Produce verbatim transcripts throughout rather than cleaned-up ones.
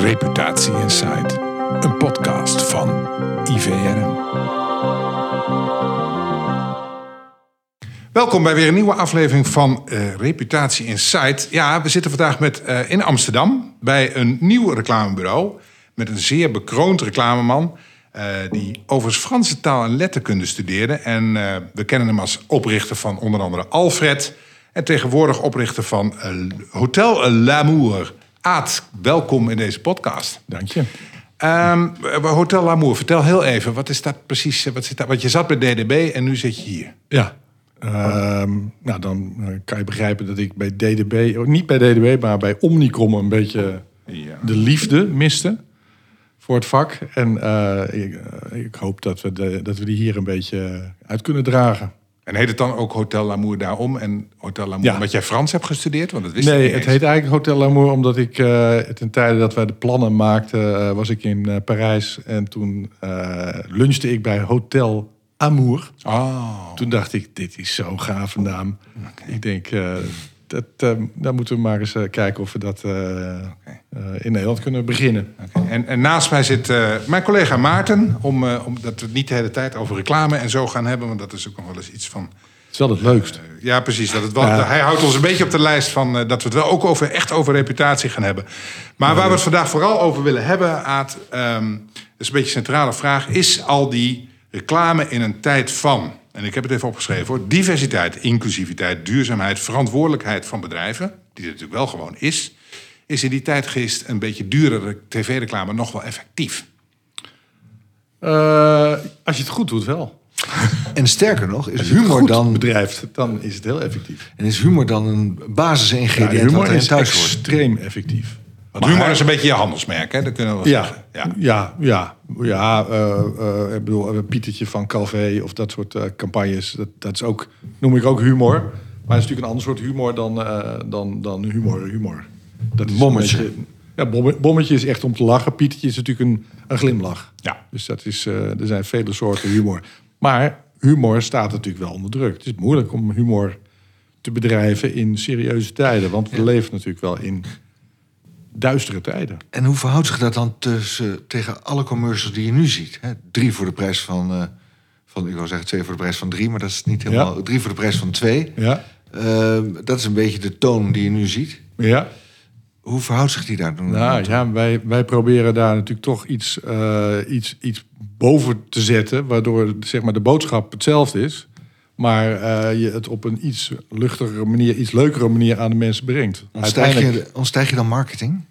Reputatie Insight, een podcast van I V R M. Welkom bij weer een nieuwe aflevering van uh, Reputatie Insight. Ja, we zitten vandaag met, uh, in Amsterdam bij een nieuw reclamebureau met een zeer bekroond reclameman uh, die overigens Franse taal en letterkunde studeerde. En uh, we kennen hem als oprichter van onder andere Alfred en tegenwoordig oprichter van uh, Hotel L'Amour. Aad, welkom in deze podcast. Dank je. Um, Hotel L'Amour, vertel heel even, wat is dat precies? Wat zit daar? Want je zat bij D D B en nu zit je hier. Ja, um, nou dan kan je begrijpen dat ik bij D D B, niet bij D D B, maar bij Omnicom een beetje ja. de liefde miste voor het vak. En uh, ik, uh, ik hoop dat we, de, dat we die hier een beetje uit kunnen dragen. En heet het dan ook Hotel L'Amour daarom? En Hotel L'Amour ja. omdat jij Frans hebt gestudeerd? Want dat wist nee, ik niet het eens. heet eigenlijk Hotel L'Amour omdat ik uh, ten tijde dat wij de plannen maakten, uh, was ik in uh, Parijs. En toen uh, lunchte ik bij Hotel Amour. Oh. Toen dacht ik, dit is zo'n gave naam. Okay. Ik denk, uh, dat, uh, daar moeten we maar eens uh, kijken of we dat uh, okay. uh, in Nederland kunnen beginnen. Okay. En, en naast mij zit uh, mijn collega Maarten, om, uh, omdat we het niet de hele tijd over reclame en zo gaan hebben, want dat is ook nog wel eens iets van... Het is wel het leukst. Uh, ja, precies. Dat het wel, ja. Hij houdt ons een beetje op de lijst van uh, dat we het wel ook over, echt over reputatie gaan hebben. Maar ja, waar we het vandaag vooral over willen hebben, Aad, um, dat is een beetje een centrale vraag, is al die reclame in een tijd van, en ik heb het even opgeschreven hoor, diversiteit, inclusiviteit, duurzaamheid, verantwoordelijkheid van bedrijven, die er natuurlijk wel gewoon is, is in die tijdgeest een beetje duurdere tv-reclame nog wel effectief? Uh, als je het goed doet wel. En sterker nog, is als humor je het goed dan bedrijft, dan is het heel effectief. En is humor dan een basisingrediënt ja, humor wat erin is thuis hoort? extreem effectief. Want humor is een beetje je handelsmerk, hè? Dat kunnen we wel ja, zeggen. Ja, ja, ja. ja uh, uh, ik bedoel, Pietertje van Calvé of dat soort uh, campagnes. Dat, dat is ook, noem ik ook humor. Maar het is natuurlijk een ander soort humor dan, uh, dan, dan humor. humor. Dat is bommetje. Beetje, ja, bom, bommetje is echt om te lachen. Pietertje is natuurlijk een, een glimlach. Ja. Dus dat is, uh, er zijn vele soorten humor. Maar humor staat natuurlijk wel onder druk. Het is moeilijk om humor te bedrijven in serieuze tijden. Want we ja. leven natuurlijk wel in duistere tijden. En hoe verhoudt zich dat dan tussen, tegen alle commercials die je nu ziet? Hè? Drie voor de prijs van, uh, van... Ik wou zeggen twee voor de prijs van drie, maar dat is niet helemaal... Ja. Drie voor de prijs van twee. Ja. Uh, dat is een beetje de toon die je nu ziet. Ja. Hoe verhoudt zich die daar? Nou ja, wij, wij proberen daar natuurlijk toch iets, uh, iets, iets boven te zetten, waardoor zeg maar, de boodschap hetzelfde is, maar uh, je het op een iets luchtigere manier, iets leukere manier aan de mensen brengt. Ontstijg je, ontstijg je dan marketing?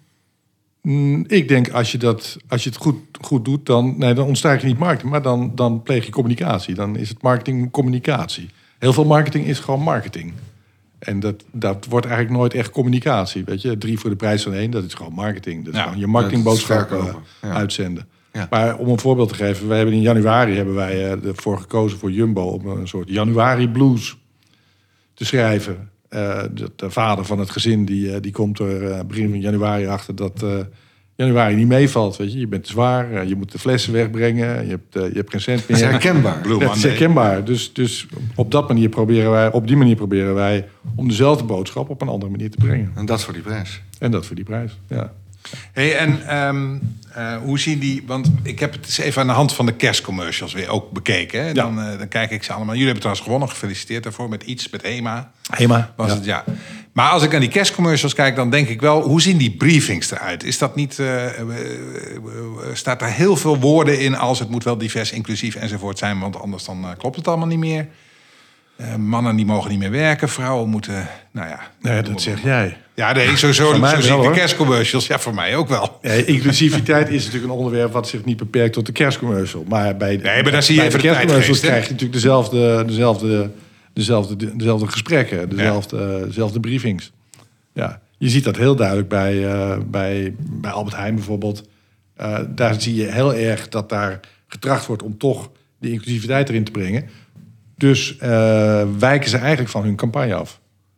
Mm, ik denk als je, dat, als je het goed, goed doet, dan, nee, dan ontstijg je niet marketing, maar dan, dan pleeg je communicatie. Dan is het marketing communicatie. Heel veel marketing is gewoon marketing. En dat, dat wordt eigenlijk nooit echt communicatie. Weet je, drie voor de prijs van één, dat is gewoon marketing. Dat is ja, gewoon je marketingboodschap uh, ja. uitzenden. Ja. Maar om een voorbeeld te geven, wij hebben in januari hebben wij uh, ervoor gekozen voor Jumbo om een soort januari blues te schrijven. Uh, de, de vader van het gezin die, uh, die komt er uh, begin van januari achter dat uh, januari niet meevalt. Weet je, je bent te zwaar, uh, je moet de flessen wegbrengen, je hebt, uh, je hebt geen cent meer. Dat is herkenbaar. Dat is herkenbaar. Dus, dus op dat manier proberen wij, op die manier proberen wij om dezelfde boodschap op een andere manier te brengen. En dat voor die prijs. En dat voor die prijs, ja. Hey, en um, uh, hoe zien die... Want ik heb het eens even aan de hand van de kerstcommercials weer ook bekeken. Hè? Dan, ja. uh, dan kijk ik ze allemaal. Jullie hebben trouwens gewonnen. Gefeliciteerd daarvoor met iets, met HEMA. HEMA, was ja. het, ja. Maar als ik naar die kerstcommercials kijk, dan denk ik wel... Hoe zien die briefings eruit? Is dat niet... Uh, uh, uh, staat daar heel veel woorden in als het moet wel divers, inclusief enzovoort zijn... want anders dan uh, klopt het allemaal niet meer. Uh, mannen die mogen niet meer werken. Vrouwen moeten... Nou ja, nee, dat zeg jij. Ja, nee, zo, zo, zo zie ik de kerstcommercials. Ja, voor mij ook wel. Ja, inclusiviteit is natuurlijk een onderwerp wat zich niet beperkt tot de kerstcommercial. Maar bij de, nee, maar daar zie je bij even de kerstcommercials de krijg je natuurlijk dezelfde, dezelfde, dezelfde, dezelfde gesprekken, dezelfde, ja. dezelfde briefings. Ja, je ziet dat heel duidelijk bij, uh, bij, bij Albert Heijn bijvoorbeeld. Uh, daar zie je heel erg dat daar getracht wordt om toch die inclusiviteit erin te brengen. Dus uh, wijken ze eigenlijk van hun campagne af.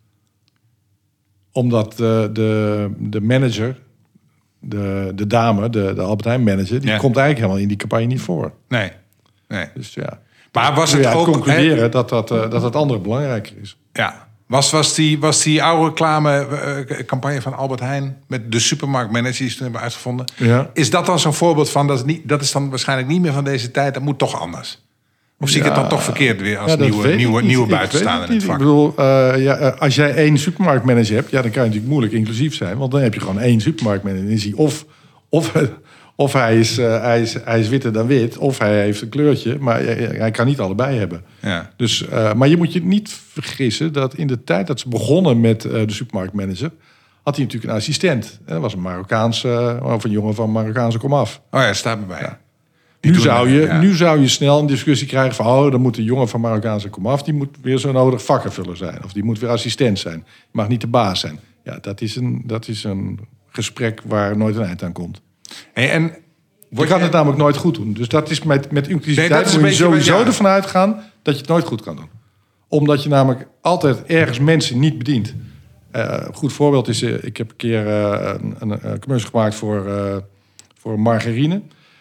Omdat de, de, de manager, de, de dame, de, de Albert Heijn manager... die ja. komt eigenlijk helemaal in die campagne niet voor. Nee. nee. Dus ja. Maar was het ook... ook... concluderen he? dat, dat, uh, dat het andere belangrijker is. Ja. Was, was, die, was die oude reclamecampagne van Albert Heijn met de supermarktmanagers die ze toen hebben uitgevonden... Ja. Is dat dan zo'n voorbeeld van, dat is, niet, dat is dan waarschijnlijk niet meer van deze tijd, dat moet toch anders? Of zie ik Ja, het dan toch verkeerd weer als ja, dat nieuwe, weet nieuwe, ik nieuwe niet. Ik buitenstaander in weet het niet. vak? Ik bedoel, uh, ja, uh, als jij één supermarktmanager hebt, ja, dan kan je natuurlijk moeilijk inclusief zijn. Want dan heb je gewoon één supermarktmanager. Is hij of, of, of hij, is, uh, hij, is, hij is witter dan wit, of hij heeft een kleurtje. Maar hij, hij kan niet allebei hebben. Ja. Dus, uh, maar je moet je niet vergissen dat in de tijd dat ze begonnen met uh, de supermarktmanager, had hij natuurlijk een assistent. En dat was een Marokkaanse, of een jongen van Marokkaanse komaf. Oh ja, staat erbij. Ja. Nu doen zou, dat, je, ja. nu zou je snel een discussie krijgen van... oh, dan moet de jongen van Marokkaanse komaf... die moet weer zo nodig vakkenvuller zijn. Of die moet weer assistent zijn. Je mag niet de baas zijn. Ja, dat is een, dat is een gesprek waar nooit een eind aan komt. Hey, en Je kan het namelijk nooit goed doen. Dus dat is met, met inclusiviteit Nee, dat is een moet je beetje wat- sowieso ja. ervan uitgaan... dat je het nooit goed kan doen. Omdat je namelijk altijd ergens mensen niet bedient. Uh, een goed voorbeeld is... Uh, ik heb een keer uh, een, een, een commercial gemaakt voor, uh, voor margarine...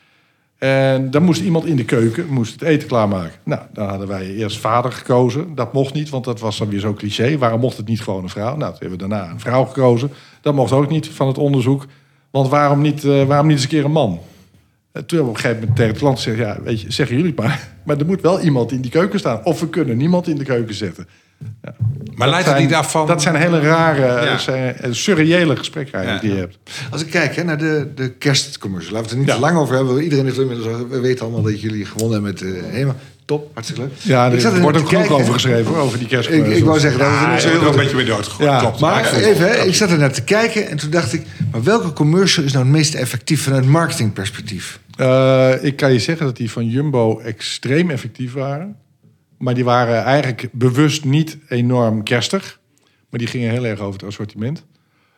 En dan moest iemand in de keuken moest het eten klaarmaken. Nou, dan hadden wij eerst vader gekozen. Dat mocht niet, want dat was dan weer zo cliché. Waarom mocht het niet gewoon een vrouw? Nou, toen hebben we daarna een vrouw gekozen. Dat mocht ook niet van het onderzoek. Want waarom niet, uh, waarom niet eens een keer een man? En toen hebben we op een gegeven moment tegen de klant gezegd... ja, weet je, zeggen jullie het maar. Maar er moet wel iemand in die keuken staan. Of we kunnen niemand in de keuken zetten. Ja. Maar leidt het zijn, niet af van... Dat zijn hele rare, Ja. uh, zijn surreële gesprekken eigenlijk Ja. die je hebt. Als ik kijk hè, naar de, de kerstcommercial, laten we het er niet Ja. te lang over hebben. Iedereen heeft er inmiddels, we weten allemaal dat jullie gewonnen hebben met uh, HEMA. Top, hartstikke leuk. Ja, Ik zat er er wordt net ook te genoeg kijken, over geschreven, hoor, over die Ik, kerstcommercials. ik wou zeggen, dat we Ja, er ik zo heb heel er een veel- beetje mee doodgegooid. Ja, Klopt. Maar ik vond- even, hè, ik zat er naar te kijken en toen dacht ik... maar welke commercial is nou het meest effectief vanuit marketingperspectief? Uh, ik kan je zeggen dat die van Jumbo extreem effectief waren. Maar die waren eigenlijk bewust niet enorm kerstig. Maar die gingen heel erg over het assortiment.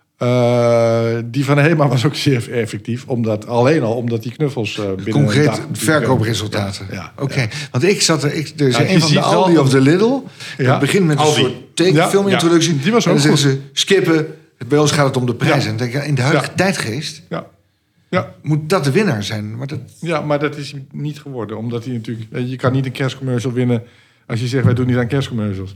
Uh, die van Hema was ook zeer effectief. Omdat, alleen al omdat die knuffels uh, binnen een Concreet dag... verkoopresultaten. Ja, ja, Oké, ja. want ik zat er... Ik, er is Ja, een je van de ziet wel Aldi dat- of de Lidl. Ja. Het begint met een Aldi. soort tekenfilmintroductie. Ja, die was en ook dan zeggen goed. ze, skippen. Bij ons gaat het om de prijs. Ja. En dan denk ik, ja, in de huidige Ja. tijdgeest Ja. Ja. moet dat de winnaar zijn. Maar dat, ja, maar dat is niet geworden. Omdat hij natuurlijk... Je kan niet een kerstcommercial winnen... als je zegt, wij doen niet aan kerstcommercials.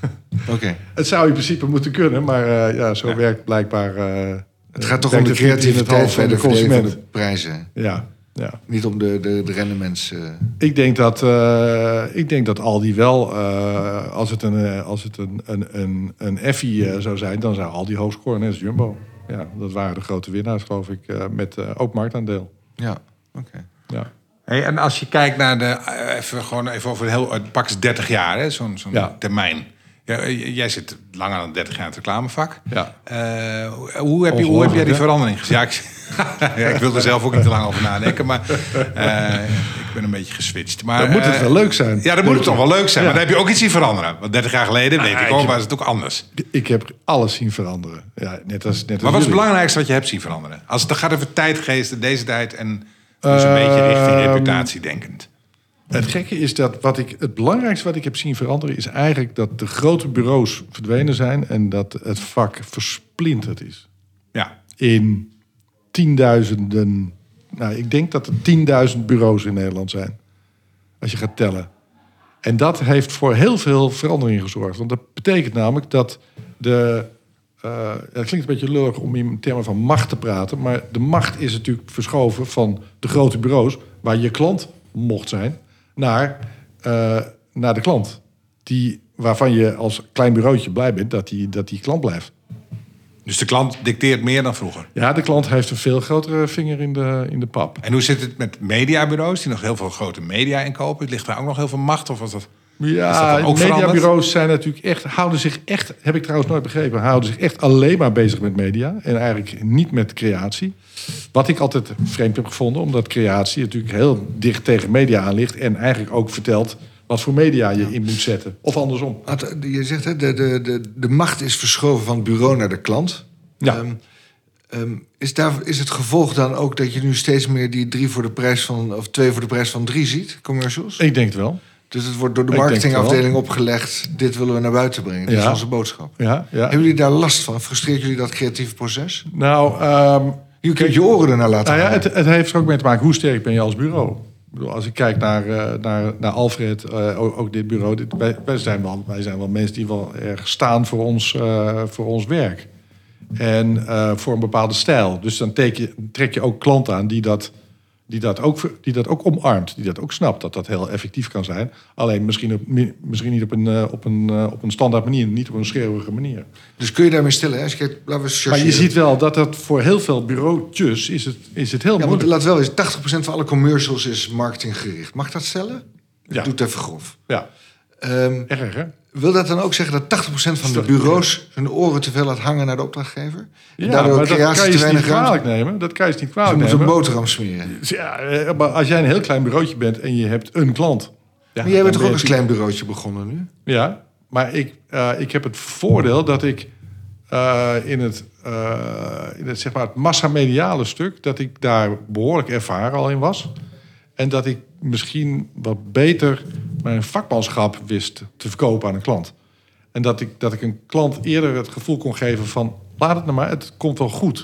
Oké. Het zou in principe moeten kunnen, maar uh, ja, zo Ja. werkt blijkbaar... Uh, Het gaat toch werkt om de het niet in het creativiteit hoofd bij van de verdeling van consument. de prijzen. Ja, ja. Niet om de, de, de rendements... Uh... Ik denk dat, uh, ik denk dat Aldi wel, uh, als het een, uh, als het een, een, een, een Effie uh, zou zijn... dan zou Aldi hoog scoren, net als Jumbo. Ja, dat waren de grote winnaars, geloof ik, uh, met uh, ook marktaandeel. Ja, oké. Okay. Ja. Hey, en als je kijkt naar de... uh, even, gewoon even over een heel... Uh, pak eens dertig jaar, hè, zo'n zo'n Ja. termijn. Ja, j- jij zit langer dan dertig jaar in het reclamevak. Ja. Uh, hoe, heb je, hoe heb jij die hè? verandering gezien? Ja, ik, ja, ik wil er zelf ook niet te lang over nadenken, maar uh, ik ben een beetje geswitcht. Maar, Dan moet het uh, wel leuk zijn. Ja, dan moet het toch wel leuk zijn. Ja. Maar dan heb je ook iets zien veranderen. Want dertig jaar geleden, weet Ah, ik ook, ik- was het ook anders. Ik heb alles zien veranderen. Ja, net als, net als Maar wat is het jullie. belangrijkste wat je hebt zien veranderen? Als het gaat over tijdgeest, deze tijd en dus een beetje richting Ehm, reputatie denkend. Het gekke is dat wat ik, het belangrijkste wat ik heb zien veranderen... is eigenlijk dat de grote bureaus verdwenen zijn... en dat het vak versplinterd is. Ja. In tienduizenden... Nou, ik denk dat er tienduizend bureaus in Nederland zijn. Als je gaat tellen. En dat heeft voor heel veel verandering gezorgd. Want dat betekent namelijk dat de... Uh, het klinkt een beetje lullig om in termen van macht te praten... maar de macht is natuurlijk verschoven van de grote bureaus... waar je klant mocht zijn... naar, uh, naar de klant. Die, waarvan je als klein bureautje blij bent dat die, dat die klant blijft. Dus de klant dicteert meer dan vroeger. Ja, de klant heeft een veel grotere vinger in de, in de pap. En hoe zit het met mediabureaus die nog heel veel grote media inkopen? Ligt daar ook nog heel veel macht of was dat? Is dat Ja, dan ook mediabureaus zijn natuurlijk echt, houden zich echt, heb ik trouwens nooit begrepen, houden zich echt alleen maar bezig met media en eigenlijk niet met creatie. Wat ik altijd vreemd heb gevonden, omdat creatie natuurlijk heel dicht tegen media aan ligt en eigenlijk ook vertelt wat voor media je in moet zetten. Of andersom. Je zegt, hè, de, de, de, de macht is verschoven van het bureau naar de klant. Ja. Um, um, is, daar, is het gevolg dan ook dat je nu steeds meer die drie voor de prijs van, of twee voor de prijs van drie ziet, commercials? Ik denk het wel. Dus het wordt door de Ik denk het marketingafdeling opgelegd. Dit willen we naar buiten brengen. Dit Ja. is onze boodschap. Ja, ja. Hebben jullie daar last van? Frustreert jullie dat creatieve proces? Nou, um, Je kunt je oren ernaar laten nou ja, gaan. het, het heeft er ook mee te maken hoe sterk ben je als bureau. Ik bedoel, als ik kijk naar, uh, naar, naar Alfred, uh, ook, ook dit bureau... Dit, wij, wij, zijn wel, wij zijn wel mensen die wel erg staan voor ons, uh, voor ons werk. En uh, voor een bepaalde stijl. Dus dan trek je, trek je ook klanten aan die dat, die, dat ook, die dat ook omarmt. Die dat ook snapt, dat dat heel effectief kan zijn. Alleen misschien, op, misschien niet op een, uh, op, een, uh, op een standaard manier. Niet op een schreeuwige manier. Dus kun je daarmee stellen? Als je kijkt, laten we maar je ziet wel dat dat voor heel veel bureautjes is het, is het heel ja, moeilijk. Want laat wel eens, tachtig procent van alle commercials is marketinggericht. Mag dat stellen? Ja. Doe het even grof. Ja, um, erg hè? Wil dat dan ook zeggen dat tachtig procent van de bureaus hun oren te veel laat hangen naar de opdrachtgever? Ja, maar dat kan je ze niet kwalijk nemen. Dat kan je ze niet kwalijk nemen. Ze moeten een boterham smeren. Ja, maar als jij een heel klein bureautje bent en je hebt een klant... Ja, maar jij bent toch ook als klein bureautje begonnen nu? Ja, maar ik, uh, ik heb het voordeel dat ik uh, in het, uh, in het, zeg maar het massamediale stuk... dat ik daar behoorlijk ervaren al in was. En dat ik misschien wat beter mijn vakmanschap wist te verkopen aan een klant. En dat ik, dat ik een klant eerder het gevoel kon geven van... laat het nou maar, het komt wel goed.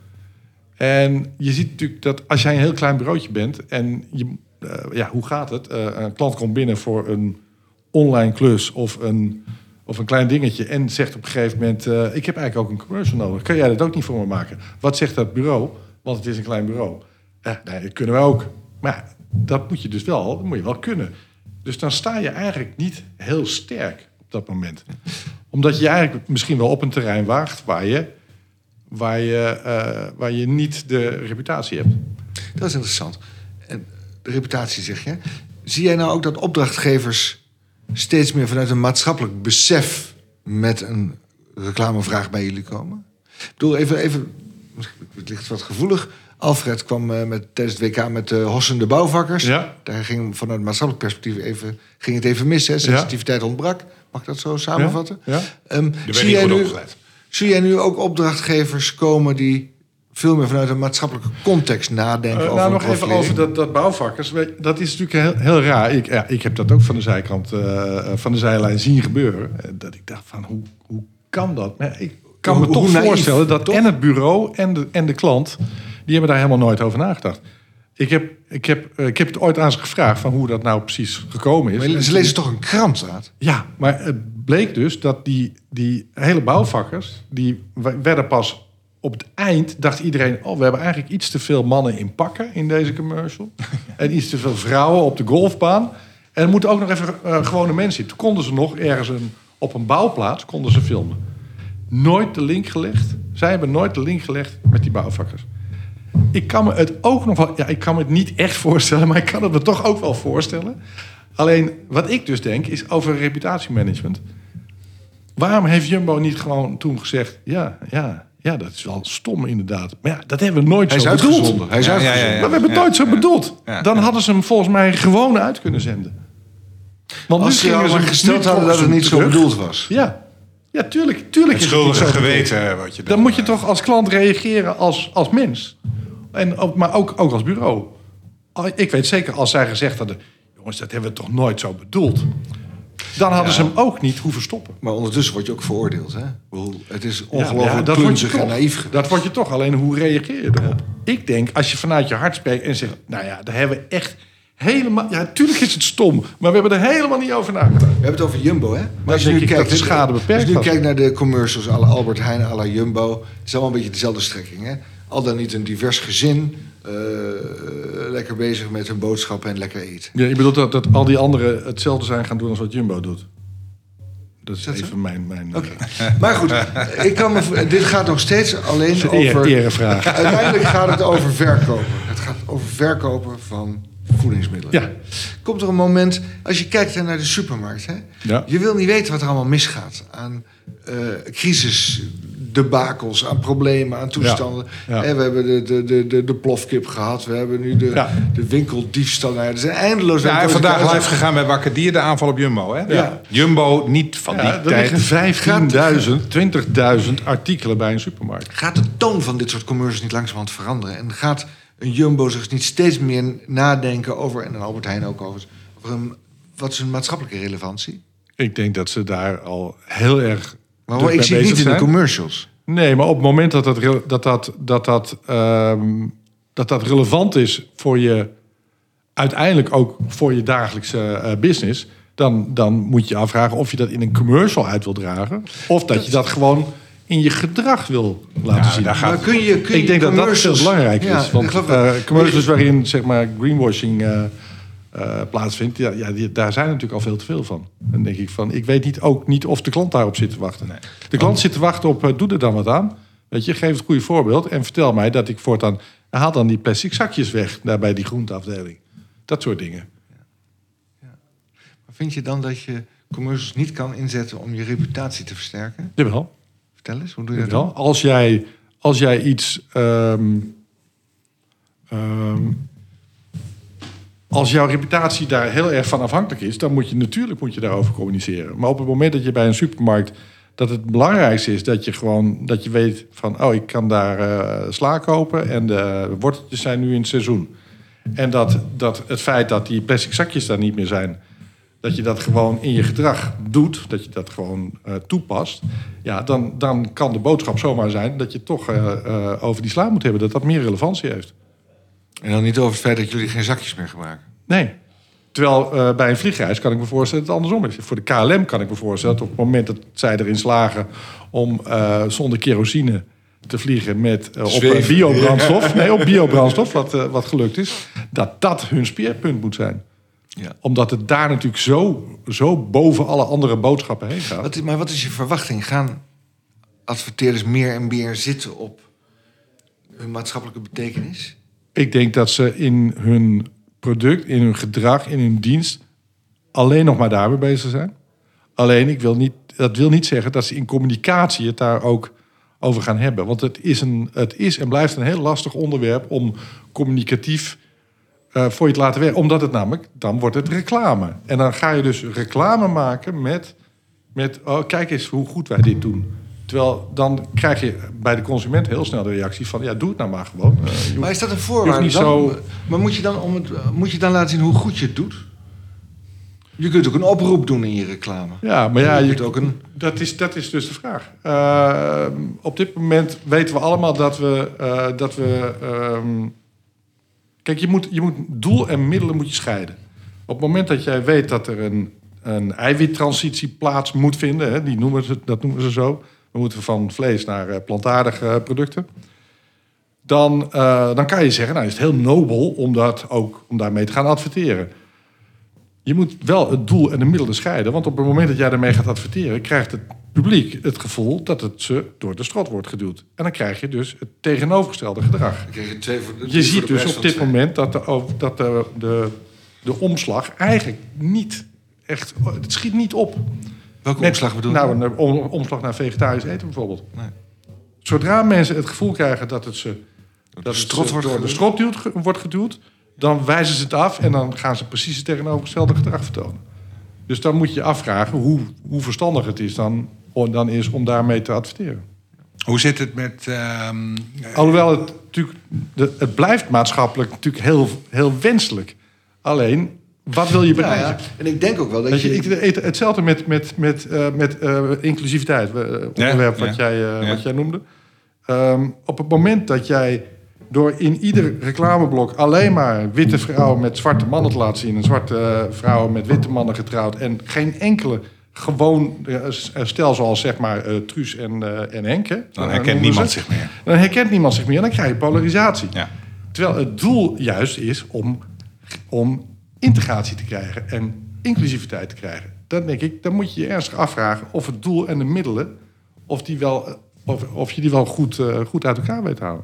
En je ziet natuurlijk dat als jij een heel klein bureautje bent... en je, uh, ja, hoe gaat het? Uh, een klant komt binnen voor een online klus of een, of een klein dingetje... en zegt op een gegeven moment... Uh, ik heb eigenlijk ook een commercial nodig. Kan jij dat ook niet voor me maken? Wat zegt dat bureau? Want het is een klein bureau. Uh, nee, dat kunnen we ook. Maar dat moet je dus wel, dat moet je wel kunnen. Dus dan sta je eigenlijk niet heel sterk op dat moment. Omdat je eigenlijk misschien wel op een terrein waagt... waar je, waar je, uh, waar je niet de reputatie hebt. Dat is interessant. En de reputatie zeg je. Zie jij nou ook dat opdrachtgevers... steeds meer vanuit een maatschappelijk besef... met een reclamevraag bij jullie komen? Ik bedoel, even... even het ligt wat gevoelig... Alfred kwam uh, met, tijdens het W K met de uh, hossende bouwvakkers. Ja. Daar ging vanuit maatschappelijk perspectief even, ging het even mis. Hè? Sensitiviteit ja. ontbrak. Mag ik dat zo samenvatten? Ja. Ja. Um, zie, jij nu, zie jij nu ook opdrachtgevers komen die veel meer vanuit een maatschappelijke context nadenken? Uh, over nou, nog even over dat, dat bouwvakkers. Dat is natuurlijk heel, heel raar. Ik, ja, ik heb dat ook van de zijkant, uh, van de zijlijn zien gebeuren. Dat ik dacht van, hoe, hoe kan dat? Maar ik kan me hoe, toch hoe voorstellen naïef, dat toch? En het bureau en de, en de klant... die hebben daar helemaal nooit over nagedacht. Ik heb, ik heb, ik heb het ooit aan ze gevraagd... van hoe dat nou precies gekomen is. Maar ze lezen toch een krant, Raad? Ja, maar het bleek dus dat die, die hele bouwvakkers... die werden pas op het eind... dacht iedereen... oh, we hebben eigenlijk iets te veel mannen in pakken in deze commercial. En iets te veel vrouwen op de golfbaan. En er moeten ook nog even uh, gewone mensen in. Toen konden ze nog ergens een, op een bouwplaats konden ze filmen. Nooit de link gelegd. Zij hebben nooit de link gelegd met die bouwvakkers. Ik kan me het ook nog wel... Ja, ik kan me het niet echt voorstellen... maar ik kan het me toch ook wel voorstellen. Alleen, wat ik dus denk, is over reputatiemanagement. Waarom heeft Jumbo niet gewoon toen gezegd... ja, ja, ja, dat is wel stom inderdaad. Maar ja, dat hebben we nooit Hij zo is bedoeld. Hij is ja, ja, ja, ja. Maar we hebben het ja, nooit zo ja, bedoeld. Ja, Dan ja. hadden ze hem volgens mij gewoon uit kunnen zenden. Want Als nu gingen ze gesteld hadden dat het niet terug. zo bedoeld was. Ja. Ja, tuurlijk, tuurlijk het is het niet zo geweten wat je dan, dan moet je toch als klant reageren als, als mens. En, maar ook, ook als bureau. Ik weet zeker, als zij gezegd hadden... jongens, dat hebben we toch nooit zo bedoeld. Dan hadden ja. ze hem ook niet hoeven stoppen. Maar ondertussen word je ook veroordeeld, hè? Het is ongelooflijk ja, ja, klunzig en naïef. Dat word je toch. Alleen hoe reageer je erop? Ja. Ik denk, als je vanuit je hart spreekt en zegt... nou ja, daar hebben we echt... helemaal... Ja, natuurlijk is het stom, maar we hebben er helemaal niet over nagedacht. We hebben het over Jumbo, hè? Maar als je nu kijkt, de schade beperkt als je nu kijkt naar de commercials à la Albert Heijn, à la Jumbo... het is allemaal een beetje dezelfde strekking, hè? Al dan niet een divers gezin... Uh, lekker bezig met hun boodschappen en lekker eten. Ja, je bedoelt dat, dat al die anderen hetzelfde zijn gaan doen als wat Jumbo doet? Dat is, is dat even zo? mijn... mijn okay. uh... Maar goed, ik kan me, dit gaat nog steeds alleen over... Eer, erevraag. Uiteindelijk gaat het over verkopen. Het gaat over verkopen van voedingsmiddelen. Ja. Komt er een moment, als je kijkt naar de supermarkt... Hè, ja. je wil niet weten wat er allemaal misgaat aan uh, crisis... debakels, aan problemen, aan toestanden. Ja, ja. En we hebben de, de, de, de, de plofkip gehad. We hebben nu de, ja. de winkeldiefstal. Nou, er zijn eindeloos... Ja, en vandaag live gegaan bij Wakkerdier, de aanval op Jumbo. Hè? Ja. Jumbo niet van ja, die tijd. Er vijftienduizend, twintigduizend artikelen bij een supermarkt. Gaat de toon van dit soort commercials niet langzamerhand veranderen? En gaat een Jumbo zich niet steeds meer nadenken over... en een Albert Heijn ook over... over een, wat is een maatschappelijke relevantie? Ik denk dat ze daar al heel erg... Maar hoor, ik zie het niet in de commercials. Nee, maar op het moment dat dat, dat, dat, dat, dat, um, dat, dat relevant is voor je, uiteindelijk ook voor je dagelijkse uh, business... Dan, dan moet je je afvragen of je dat in een commercial uit wil dragen... of dat je dat gewoon in je gedrag wil laten ja, zien. Daar gaat... maar kun je, kun je Ik denk dat dat heel belangrijk ja, is. Want uh, commercials waarin zeg maar, greenwashing uh, uh, plaatsvindt... Ja, ja, die, daar zijn natuurlijk al veel te veel van. Dan denk ik van, ik weet niet, ook niet of de klant daarop zit te wachten. Nee. De klant oh. zit te wachten op, uh, doe er dan wat aan. Weet je, geef het goede voorbeeld en vertel mij dat ik voortaan... haal dan die plastic zakjes weg daar bij die groenteafdeling. Dat soort dingen. Vind je dan dat je commercials niet kan inzetten om je reputatie te versterken? Jawel. Vertel eens, hoe doe je dat dan? Als jij, als jij iets... Um, um, als jouw reputatie daar heel erg van afhankelijk is... dan moet je natuurlijk moet je daarover communiceren. Maar op het moment dat je bij een supermarkt... dat het belangrijkste is dat je gewoon dat je weet van... oh, ik kan daar uh, sla kopen en de worteltjes zijn nu in het seizoen. En dat, dat het feit dat die plastic zakjes daar niet meer zijn... dat je dat gewoon in je gedrag doet, dat je dat gewoon uh, toepast... ja, dan, dan kan de boodschap zomaar zijn dat je toch uh, uh, over die sla moet hebben... dat dat meer relevantie heeft. En dan niet over het feit dat jullie geen zakjes meer gebruiken? Nee. Terwijl uh, bij een vliegreis kan ik me voorstellen dat het andersom is. Voor de K L M kan ik me voorstellen dat op het moment dat zij erin slagen... om uh, zonder kerosine te vliegen met uh, op uh, biobrandstof... nee, op biobrandstof, wat, uh, wat gelukt is... dat dat hun speerpunt moet zijn. Ja. Omdat het daar natuurlijk zo, zo boven alle andere boodschappen heen gaat. Wat, maar wat is je verwachting? Gaan adverteerders meer en meer zitten op hun maatschappelijke betekenis? Ik denk dat ze in hun product, in hun gedrag, in hun dienst... alleen nog maar daarmee bezig zijn. Alleen, ik wil niet, dat wil niet zeggen dat ze in communicatie het daar ook over gaan hebben. Want het is, een, het is en blijft een heel lastig onderwerp om communicatief... Uh, voor je te laten werken. Omdat het namelijk, dan wordt het reclame. En dan ga je dus reclame maken met... met oh, kijk eens hoe goed wij dit doen. Terwijl dan krijg je bij de consument heel snel de reactie van... ja, doe het nou maar gewoon. Uh, maar is dat een voorwaarde niet dan? Zo... Maar moet je, dan om het, moet je dan laten zien hoe goed je het doet? Je kunt ook een oproep doen in je reclame. Ja, maar ja, je, je ook een... dat, is, dat is dus de vraag. Uh, op dit moment weten we allemaal dat we... Uh, dat we um, Kijk, je moet, je moet doel en middelen moet je scheiden. Op het moment dat jij weet dat er een, een eiwittransitie plaats moet vinden... Hè, die noemen ze, dat noemen ze zo... we moeten van vlees naar uh, plantaardige producten... Dan, uh, dan kan je zeggen, nou is het heel nobel om, dat ook, om daarmee te gaan adverteren. Je moet wel het doel en de middelen scheiden... want op het moment dat jij daarmee gaat adverteren... krijgt het publiek het gevoel dat het ze door de strot wordt geduwd. En dan krijg je dus het tegenovergestelde gedrag. Dan krijg je twee voor de, je ziet dus op dit moment dat, de, dat de, de, de omslag eigenlijk niet echt... Het schiet niet op. Welke Met, omslag bedoel je? Nou, een om, omslag naar vegetarisch eten bijvoorbeeld. Nee. Zodra mensen het gevoel krijgen dat het ze door dat de strot, het wordt, door de strot duwt, wordt geduwd... dan wijzen ze het af en dan gaan ze precies het tegenovergestelde gedrag vertonen. Dus dan moet je afvragen hoe, hoe verstandig het is dan, dan is om daarmee te adverteren. Hoe zit het met... Uh, Alhoewel het natuurlijk... De, het blijft maatschappelijk natuurlijk heel, heel wenselijk. Alleen, wat wil je bereiken? Ja, ja. En ik denk ook wel dat Weet je... je ik, hetzelfde met, met, met, uh, met uh, inclusiviteit. Uh, onderwerp ja, wat, ja. Jij, uh, ja. wat jij noemde. Um, op het moment dat jij... door in ieder reclameblok alleen maar witte vrouwen met zwarte mannen te laten zien... en zwarte vrouwen met witte mannen getrouwd... en geen enkele gewoon stel zoals zeg maar uh, Truus en, uh, en Henk... Hè, dan herkent niemand zich meer. Dan herkent niemand zich meer en dan krijg je polarisatie. Ja. Terwijl het doel juist is om, om integratie te krijgen... en inclusiviteit te krijgen. Dan denk ik, dan moet je je ernstig afvragen... of het doel en de middelen... of, die wel, of, of je die wel goed, uh, goed uit elkaar weet te houden.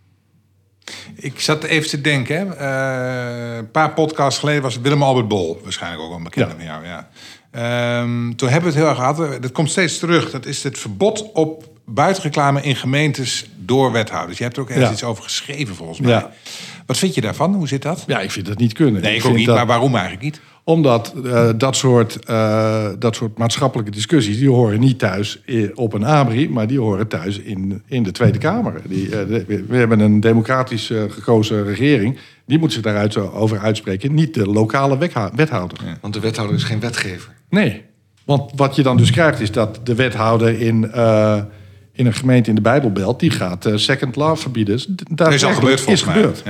Ik zat even te denken. Hè. Uh, een paar podcasts geleden was het Willem Albert Bol. Waarschijnlijk ook wel een bekende van jou. Ja. Um, toen hebben we het heel erg gehad. Dat komt steeds terug. Dat is het verbod op buitenreclame in gemeentes door wethouders. Je hebt er ook ergens ja. iets over geschreven volgens mij. Ja. Wat vind je daarvan? Hoe zit dat? Ja, ik vind dat niet kunnen. Nee, ik, ik ook niet. Dat, maar waarom eigenlijk niet? Omdat uh, dat, soort, uh, dat soort maatschappelijke discussies... die horen niet thuis op een A B R I... maar die horen thuis in, in de Tweede Kamer. Die, uh, de, we hebben een democratisch uh, gekozen regering... die moet zich daaruit over uitspreken. Niet de lokale wethouder. Ja, want de wethouder is geen wetgever. Nee, want wat je dan dus krijgt... is dat de wethouder in... Uh, in een gemeente in de Bijbelbelt, die gaat uh, second love verbieden. Dat is al gebeurd volgens mij. Gebeurd. Ja. Ja,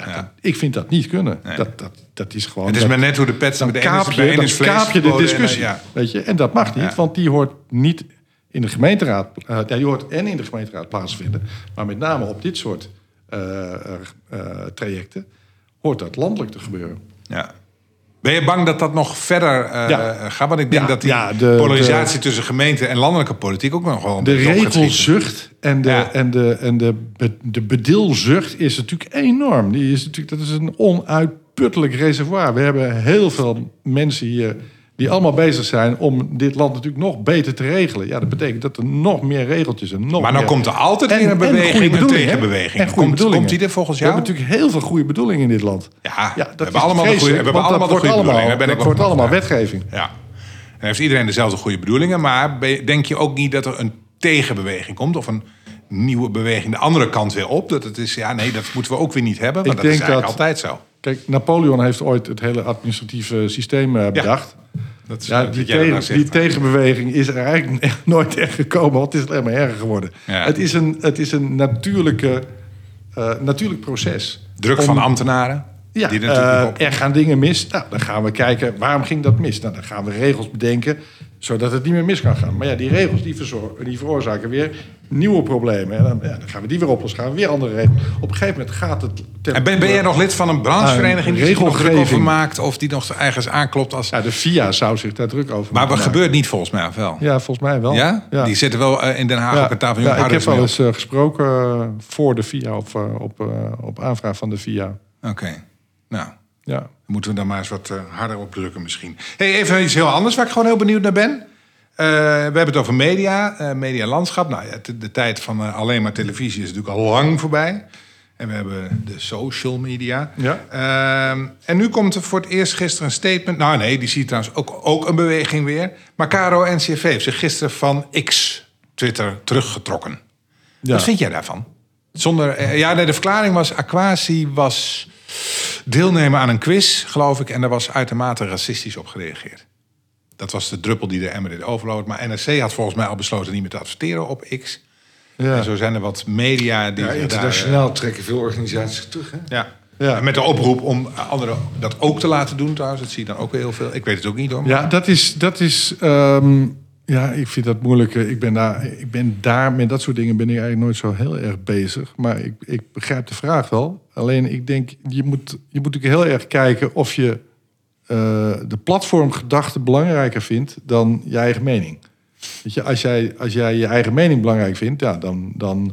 ja. Dat, ik vind dat niet kunnen. Nee. Dat, dat, dat is gewoon... Het is dat, maar net hoe de pet met de ene is, bij ene is vlees. Dan kaap je de discussie. En, ja. Weet je? En dat mag niet, ja. want die hoort niet in de gemeenteraad... Uh, ja, die hoort en in de gemeenteraad plaatsvinden. Maar met name op dit soort uh, uh, trajecten... hoort dat landelijk te gebeuren. Ja. Ben je bang dat dat nog verder uh, ja. gaat? Want ik denk ja, dat die ja, de, polarisatie de, tussen gemeente en landelijke politiek ook nog wel een de regelzucht en de, ja. en de, en de, de bedilzucht is natuurlijk enorm. Die is natuurlijk, dat is een onuitputtelijk reservoir. We hebben heel veel mensen hier die allemaal bezig zijn om dit land natuurlijk nog beter te regelen. Ja, dat betekent dat er nog meer regeltjes en nog Maar dan meer... komt er altijd weer een beweging, een tegenbeweging. En komt, komt die er volgens jou? We hebben natuurlijk heel veel goede bedoelingen in dit land. Ja, ja dat we hebben allemaal de goede, we hebben allemaal de goede bedoelingen. Dat wordt allemaal wetgeving. Ja. En heeft iedereen dezelfde goede bedoelingen. Maar denk je ook niet dat er een tegenbeweging komt? Of een nieuwe beweging de andere kant weer op? Dat het is, ja, nee, dat moeten we ook weer niet hebben. Want dat is eigenlijk dat, altijd zo. Kijk, Napoleon heeft ooit het hele administratieve systeem uh, bedacht. Ja. Dat is, ja, die, tegen, nou die tegenbeweging is er eigenlijk echt nooit echt gekomen. Want het is alleen maar erger geworden. Ja. Het, is een, het is een natuurlijke, uh, natuurlijk proces. Druk om, van ambtenaren? Ja, die uh, er gaan dingen mis. Nou, dan gaan we kijken, waarom ging dat mis? Nou, dan gaan we regels bedenken, zodat het niet meer mis kan gaan. Maar ja, die regels die, verzor- die veroorzaken weer nieuwe problemen. En dan, ja, dan gaan we die weer oplossen, gaan we weer andere regels. Op een gegeven moment gaat het... Ten, en ben, ben jij nog lid van een branchevereniging die zich nog druk over maakt... of die nog ergens aanklopt als... Ja, de V I A zou zich daar druk over maken. Maar wat gebeurt niet volgens mij, of wel? Ja, volgens mij wel. Ja? ja. Die zitten wel uh, in Den Haag ja. op een tafel. Ja, ik heb wel eens uh, gesproken uh, voor de V I A... of uh, op, uh, op aanvraag van de V I A. Oké. Okay. Nou, ja. moeten we daar maar eens wat uh, harder op drukken misschien. Hey, even iets heel anders waar ik gewoon heel benieuwd naar ben. Uh, we hebben het over media, uh, medialandschap. Nou, ja, de, de tijd van uh, alleen maar televisie is natuurlijk al lang voorbij. En we hebben de social media. Ja. Uh, en nu komt er voor het eerst gisteren een statement. Nou nee, die ziet trouwens ook, ook een beweging weer. Maar K R O N C V heeft zich gisteren van X, Twitter, teruggetrokken. Ja. Wat vind jij daarvan? Zonder, uh, ja, nee, de verklaring was... Aquasi was... deelnemen aan een quiz, geloof ik... en daar was uitermate racistisch op gereageerd. Dat was de druppel die de emmer deed overlopen. Maar N R C had volgens mij al besloten niet meer te adverteren op X. Ja. En zo zijn er wat media... die ja, internationaal daar, trekken veel organisaties terug, hè? Ja. Ja. Met de oproep om anderen dat ook te laten doen trouwens. Dat zie je dan ook weer heel veel. Ik weet het ook niet hoor. Maar... Ja, dat is... Dat is um, ja, ik vind dat moeilijk. Ik ben, daar, ik ben daar... Met dat soort dingen ben ik eigenlijk nooit zo heel erg bezig. Maar ik, ik begrijp de vraag wel. Alleen ik denk, je moet, je moet natuurlijk heel erg kijken of je uh, de platformgedachte belangrijker vindt dan je eigen mening. Weet je, als jij, als jij je eigen mening belangrijk vindt, ja, dan, dan,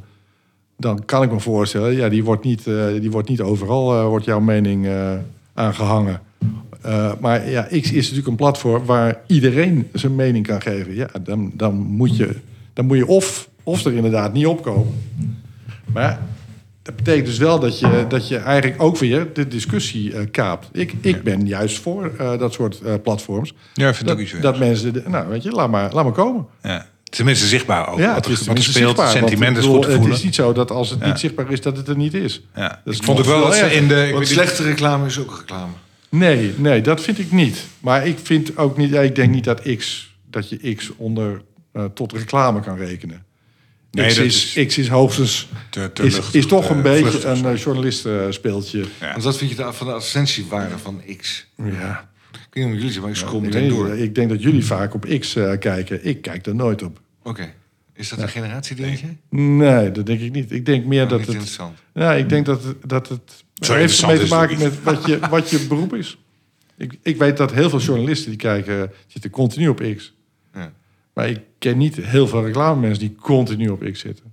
dan kan ik me voorstellen, ja, die wordt niet, uh, die wordt niet overal uh, wordt jouw mening uh, aangehangen. Uh, maar ja, X is natuurlijk een platform waar iedereen zijn mening kan geven. Ja, dan, dan, moet, je, dan moet je of, of er inderdaad niet opkomen. Maar dat betekent dus wel dat je, dat je eigenlijk ook weer de discussie uh, kaapt. Ik, ik ben juist voor uh, dat soort uh, platforms. Ja, vind dat, ook iets dat mensen, de, nou weet je, laat maar, laat maar komen. Ja. Tenminste zichtbaar ook. Ja, wat, het is wat speelt, zichtbaar, sentiment is bedoel, goed te voelen. Het is niet zo dat als het ja. niet zichtbaar is, dat het er niet is. Ja. Dat ik vond het wel dat ze in de... Want slechte reclame is ook reclame. Nee, nee, dat vind ik niet. Maar ik vind ook niet... Ik denk niet dat X, dat je X onder uh, tot reclame kan rekenen. Nee, X, is, is, X is hoogstens... Te, te is, is toch een uh, beetje een uh, journalistenspeeltje. Uh, ja. Want wat vind je de, van de advertentiewaarde van X? Ja. Ik weet niet hoe jullie zijn, maar ik scroll ja, meteen door. Ik denk dat jullie vaak op X uh, kijken. Ik kijk er nooit op. Oké. Okay. Is dat ja. een generatiedingetje? Nee, dat denk ik niet. Ik denk meer oh, dat niet het... interessant. Ja, ik denk dat het... Dat het heeft ermee te maken met wat je, wat je beroep is. Ik, ik weet dat heel veel journalisten die kijken... zitten continu op X. Ja. Maar ik ken niet heel veel reclamemensen die continu op X zitten.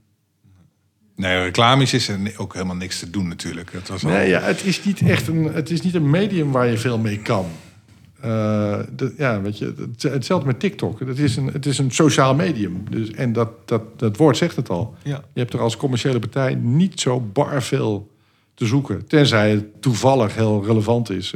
Nee, reclame is er ook helemaal niks te doen natuurlijk. Dat was al... Nee, ja, het is niet echt een, het is niet een medium waar je veel mee kan. Uh, de, ja, weet je, het, hetzelfde met TikTok. Het is een, het is een sociaal medium. Dus, en dat, dat, dat woord zegt het al. Ja. Je hebt er als commerciële partij niet zo bar veel te zoeken. Tenzij het toevallig heel relevant is. Uh,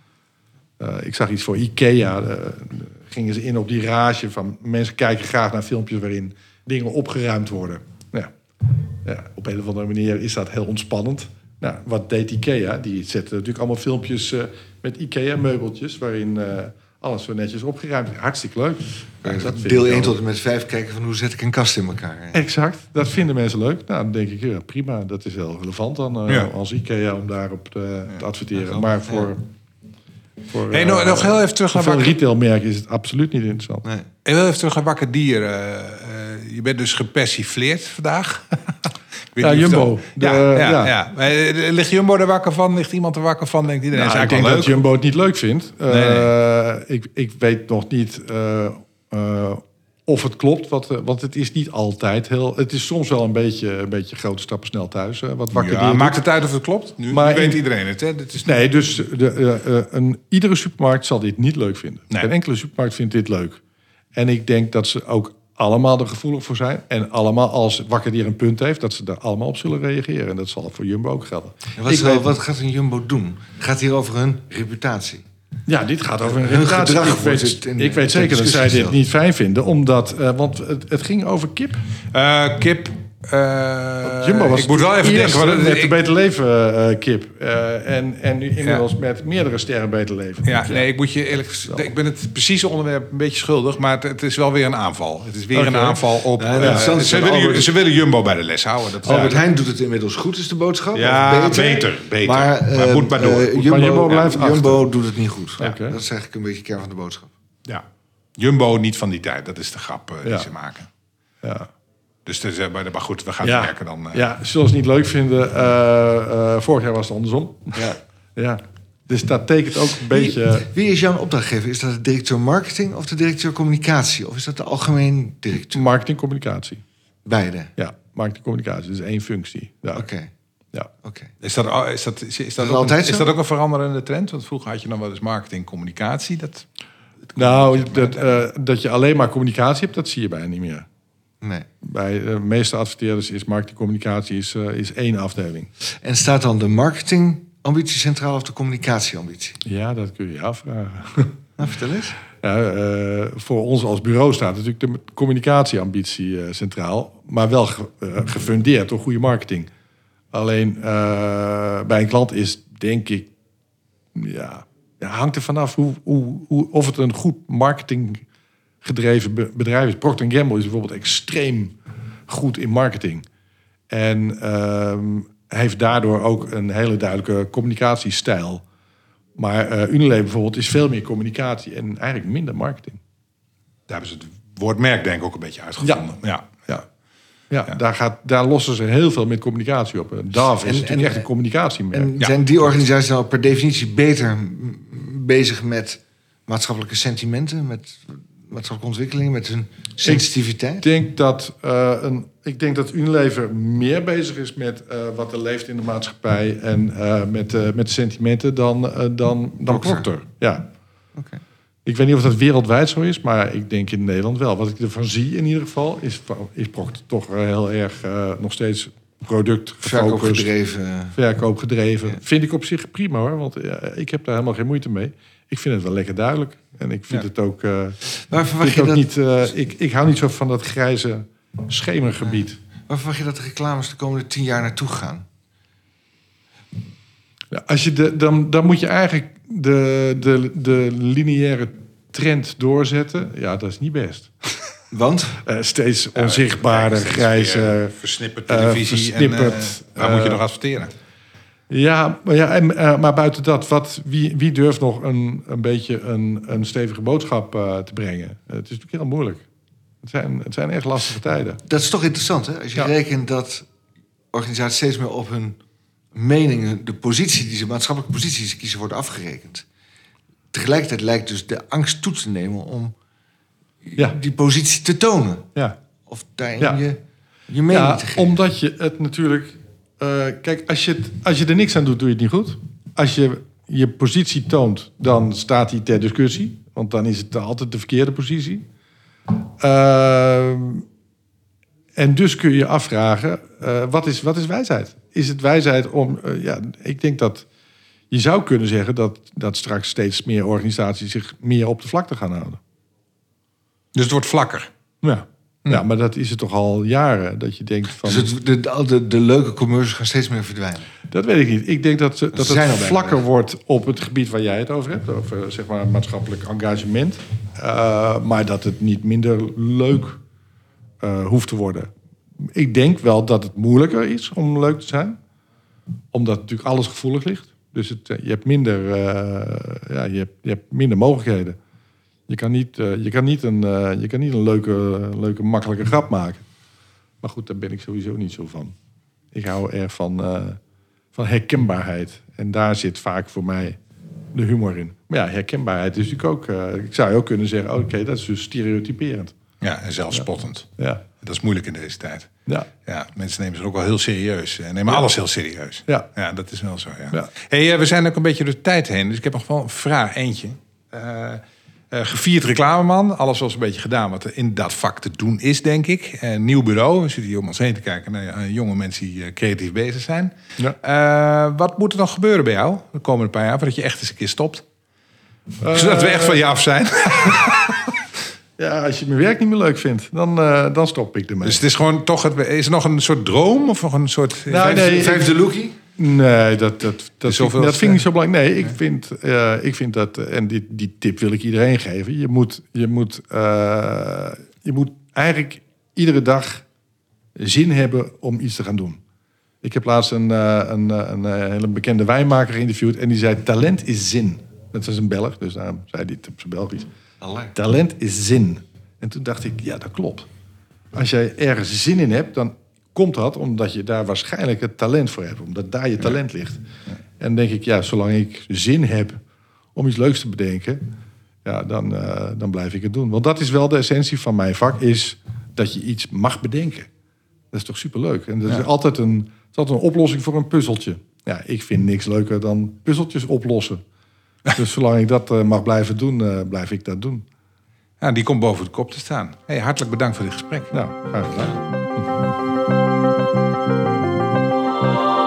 uh, ik zag iets voor IKEA. Uh, gingen ze in op die rage van... mensen kijken graag naar filmpjes waarin dingen opgeruimd worden. Nou ja, ja, op een of andere manier is dat heel ontspannend. Nou, wat deed IKEA? Die zette natuurlijk allemaal filmpjes uh, met IKEA-meubeltjes... waarin uh, alles zo netjes opgeruimd. Hartstikke leuk. Ja, dat vind deel ik één wel- tot en met vijf kijken van hoe zet ik een kast in elkaar. Exact, dat vinden mensen leuk. Nou, dan denk ik, ja, prima, dat is wel relevant dan uh, Ja. als IKEA om daarop te, te adverteren. Ja, maar voor, voor Hey, nog, uh, nog heel even terug naar voor veel Wakker, retailmerken is het absoluut niet interessant. Nee. heel even terug naar Wakker Dier. Uh, uh, je bent dus gepersifleerd vandaag. Ik weet Ja, niet of Jumbo. dat- De- ja, ja, ja. ja. Maar, uh, ligt Jumbo er wakker van? Ligt iemand er wakker van? Denkt iedereen, Nou, is ik eigenlijk denk wel dat leuk. Jumbo het niet leuk vindt. Uh, Nee, nee. Ik, ik weet nog niet uh, uh, of het klopt, wat, uh, want het is niet altijd heel... Het is soms wel een beetje, een beetje grote stappen snel thuis. Uh, wat Wakker Ja, Dier doet. maakt het uit of het klopt? Nu, Maar nu weet in- iedereen het. Hè? Dit is Nee, dus de, uh, uh, een, iedere supermarkt zal dit niet leuk vinden. Nee. Geen enkele supermarkt vindt dit leuk. En ik denk dat ze ook allemaal er gevoelig voor zijn. En allemaal als Wakker Dier een punt heeft, dat ze daar allemaal op zullen reageren. En dat zal voor Jumbo ook gelden. En wat, Ik zal- weet- wat gaat een Jumbo doen? Gaat het hier over hun reputatie? Ja, dit gaat over een Hun reputatie. gedrag Ik wordt weet, het in- ik weet ter zeker dat zij discussie dit niet fijn vinden. Omdat, uh, want het, het ging over kip. Uh, kip. Uh, Jumbo was ik moet wel even denken. want Want, met de ik, Beter Leven uh, kip. Uh, en, en nu inmiddels met meerdere sterren Beter Leven. ja, nee, ik moet je eerlijk zeggen, ik ben het precieze onderwerp een beetje schuldig, maar het, het is wel weer een aanval. Het is weer Oké. een aanval op. Ja, uh, interessant is ze, dat willen, Albert- ze willen Jumbo bij de les houden. Dat, Albert ja, Heijn doet het inmiddels goed, is de boodschap? Ja, Of beter, beter. Maar, Maar eh, moet maar door. eh, Moet Jumbo, maar Jumbo blijft ja, Jumbo achter. doet het niet goed. Ja. Oké. Dat is eigenlijk een beetje de kern van de boodschap. ja. Jumbo niet van die tijd. Dat is de grap uh, die Ja. ze maken. Ja. Dus het is, uh, maar maar goed, we gaan Ja. het merken dan. Uh, Ja, zullen ze het niet leuk vinden. Uh, uh, vorig jaar was het andersom. Ja. Ja. Dus dat tekent ook een beetje... Wie, wie is jouw opdrachtgever? Is dat de directeur marketing of de directeur communicatie? Of is dat de algemeen directeur? Marketingcommunicatie. Beide. Ja, marketingcommunicatie. Dat is één functie. Ja. Oké. Ja. Oké. Is dat, oh, is dat, is, is dat, dat ook altijd een, zo? is dat ook een veranderende trend? Want vroeger had je dan wel eens marketing, communicatie. Dat, Nou, dat, uh, dat je alleen maar communicatie hebt, dat zie je bijna niet meer. Nee. Bij de meeste adverteerders is marketingcommunicatie is, uh, is één afdeling. En staat dan de marketingambitie centraal of de communicatieambitie? Ja, dat kun je je afvragen. Nou, vertel eens. Ja, uh, voor ons als bureau staat natuurlijk de communicatieambitie uh, centraal. Maar wel ge, uh, gefundeerd door goede marketing. Alleen uh, bij een klant is, denk ik... Ja, ja, hangt er vanaf hoe, hoe, hoe, of het een goed marketinggedreven be- bedrijf is. Procter en Gamble is bijvoorbeeld extreem goed in marketing. En uh, heeft daardoor ook een hele duidelijke communicatiestijl. Maar uh, Unilever bijvoorbeeld is veel meer communicatie en eigenlijk minder marketing. daar hebben ze het woord merk denk ik ook een beetje uitgevonden. Ja. Ja, ja, ja. Daar, gaat, daar lossen ze heel veel met communicatie op. D A F is En- natuurlijk en- echt een communicatiemerk. En Ja. zijn die organisaties dan per definitie beter m- bezig met maatschappelijke sentimenten, met maatschappelijke ontwikkelingen, met hun sensitiviteit? Ik denk dat, uh, een, ik denk dat Unilever meer bezig is met uh, wat er leeft in de maatschappij en uh, met, uh, met sentimenten dan, uh, dan, dan Procter. Procter. Ja. Oké. Ik weet niet of dat wereldwijd zo is, maar ik denk in Nederland wel. Wat ik ervan zie in ieder geval, is, is Procter toch heel erg uh, nog steeds product Verkoop gefocust, gedreven. verkoop gedreven. Ja. Vind ik op zich prima hoor, want uh, ik heb daar helemaal geen moeite mee. Ik vind het wel lekker duidelijk. En ik vind Ja. het ook... Uh, Waar verwacht, vind je ook dat, niet, uh, ik, ik hou niet zo van dat grijze schemergebied. waar verwacht je dat de reclames de komende tien jaar naartoe gaan? Ja, als je de, dan, dan moet je eigenlijk de, de, de lineaire trend doorzetten. Ja, dat is niet best. Want? Uh, steeds onzichtbaarder, Ja, steeds grijze... meer Versnipperd televisie. uh, versnipperd, en, uh, waar moet je uh, nog adverteren? Ja, maar, ja en, uh, maar buiten dat, wat, wie, wie durft nog een, een beetje een, een stevige boodschap uh, te brengen? Uh, het is natuurlijk heel moeilijk. Het zijn, het zijn echt lastige tijden. Dat is toch interessant, hè? Als je Ja. rekent dat organisaties steeds meer op hun meningen, de positie die ze, maatschappelijke positie die ze kiezen, worden afgerekend. Tegelijkertijd lijkt dus de angst toe te nemen om Ja. die positie te tonen. Ja, Of daarin Ja. je, je mening ja te geven. omdat je het natuurlijk... Uh, kijk, als je, het, als je er niks aan doet, doe je het niet goed. Als je je positie toont, dan staat die ter discussie. Want dan is het altijd de verkeerde positie. Uh, en dus kun je je afvragen, uh, wat, is, wat is wijsheid? Is het wijsheid om... Uh, ja, ik denk dat je zou kunnen zeggen dat, dat straks steeds meer organisaties zich meer op de vlakte gaan houden. Dus het wordt vlakker. Ja. Hm. Ja, maar dat is het toch al jaren. Dat je denkt van... Dus het, de, de, de leuke commercials gaan steeds meer verdwijnen? Dat weet ik niet. Ik denk dat, dat Ze het vlakker wordt op het gebied waar jij het over hebt. Over zeg maar maatschappelijk engagement. Uh, maar dat het niet minder leuk uh, hoeft te worden. Ik denk wel dat het moeilijker is om leuk te zijn. Omdat natuurlijk alles gevoelig ligt. Dus het, je hebt minder, uh, ja, je hebt, je hebt minder mogelijkheden. Je kan niet, uh, je kan niet, een, uh, je kan niet een leuke, leuke, makkelijke grap maken. Maar goed, daar ben ik sowieso niet zo van. Ik hou erg van, uh, van herkenbaarheid. En daar zit vaak voor mij de humor in. Maar ja, herkenbaarheid is natuurlijk ook... Uh, ik zou ook kunnen zeggen, oké, okay, dat is dus stereotyperend. Ja, en zelfspottend. Ja. Ja. Dat is moeilijk in deze tijd. Ja. Ja, mensen nemen ze ook wel heel serieus. En nemen ja. alles heel serieus. Ja. Ja, dat is wel zo, ja. Ja. Hey, we zijn ook een beetje door de tijd heen. Dus ik heb nog wel een vraag, eentje. Uh, uh, gevierd reclameman. Alles was een beetje gedaan wat er in dat vak te doen is, denk ik. Uh, nieuw bureau. We zitten hier om ons heen te kijken naar uh, jonge mensen die uh, creatief bezig zijn. Ja. Uh, wat moet er nog gebeuren bij jou de komende paar jaar... voordat je echt eens een keer stopt? Uh, Zodat we echt van je af zijn. Ja, als je mijn werk niet meer leuk vindt, dan, uh, dan stop ik ermee. Dus het is gewoon toch... Het, is er nog een soort droom of nog een soort... Nou, vijfde, nee, vijfde lookie? Nee, dat, dat, dat, vind, dat vind ik niet zo belangrijk. Nee, ik vind, uh, ik vind dat... En die, die tip wil ik iedereen geven. Je moet, je, moet, uh, je moet eigenlijk iedere dag zin hebben om iets te gaan doen. Ik heb laatst een, uh, een, een, een hele bekende wijnmaker geïnterviewd... en die zei, talent is zin. Dat is een Belg, dus daarom zei hij het op zijn Belgisch. Allee. Talent is zin. En toen dacht ik, ja, dat klopt. Als jij ergens zin in hebt, dan komt dat omdat je daar waarschijnlijk het talent voor hebt. Omdat daar je talent ligt. Ja. En dan denk ik, ja, zolang ik zin heb om iets leuks te bedenken... ja, dan, uh, dan blijf ik het doen. Want dat is wel de essentie van mijn vak, is dat je iets mag bedenken. Dat is toch superleuk. En dat ja. is altijd een, het is altijd een oplossing voor een puzzeltje. Ja, ik vind niks leuker dan puzzeltjes oplossen. Dus zolang ik dat uh, mag blijven doen, uh, blijf ik dat doen. Ja, die komt boven de kop te staan. Hey, hartelijk bedankt voor dit gesprek. Nou, graag gedaan.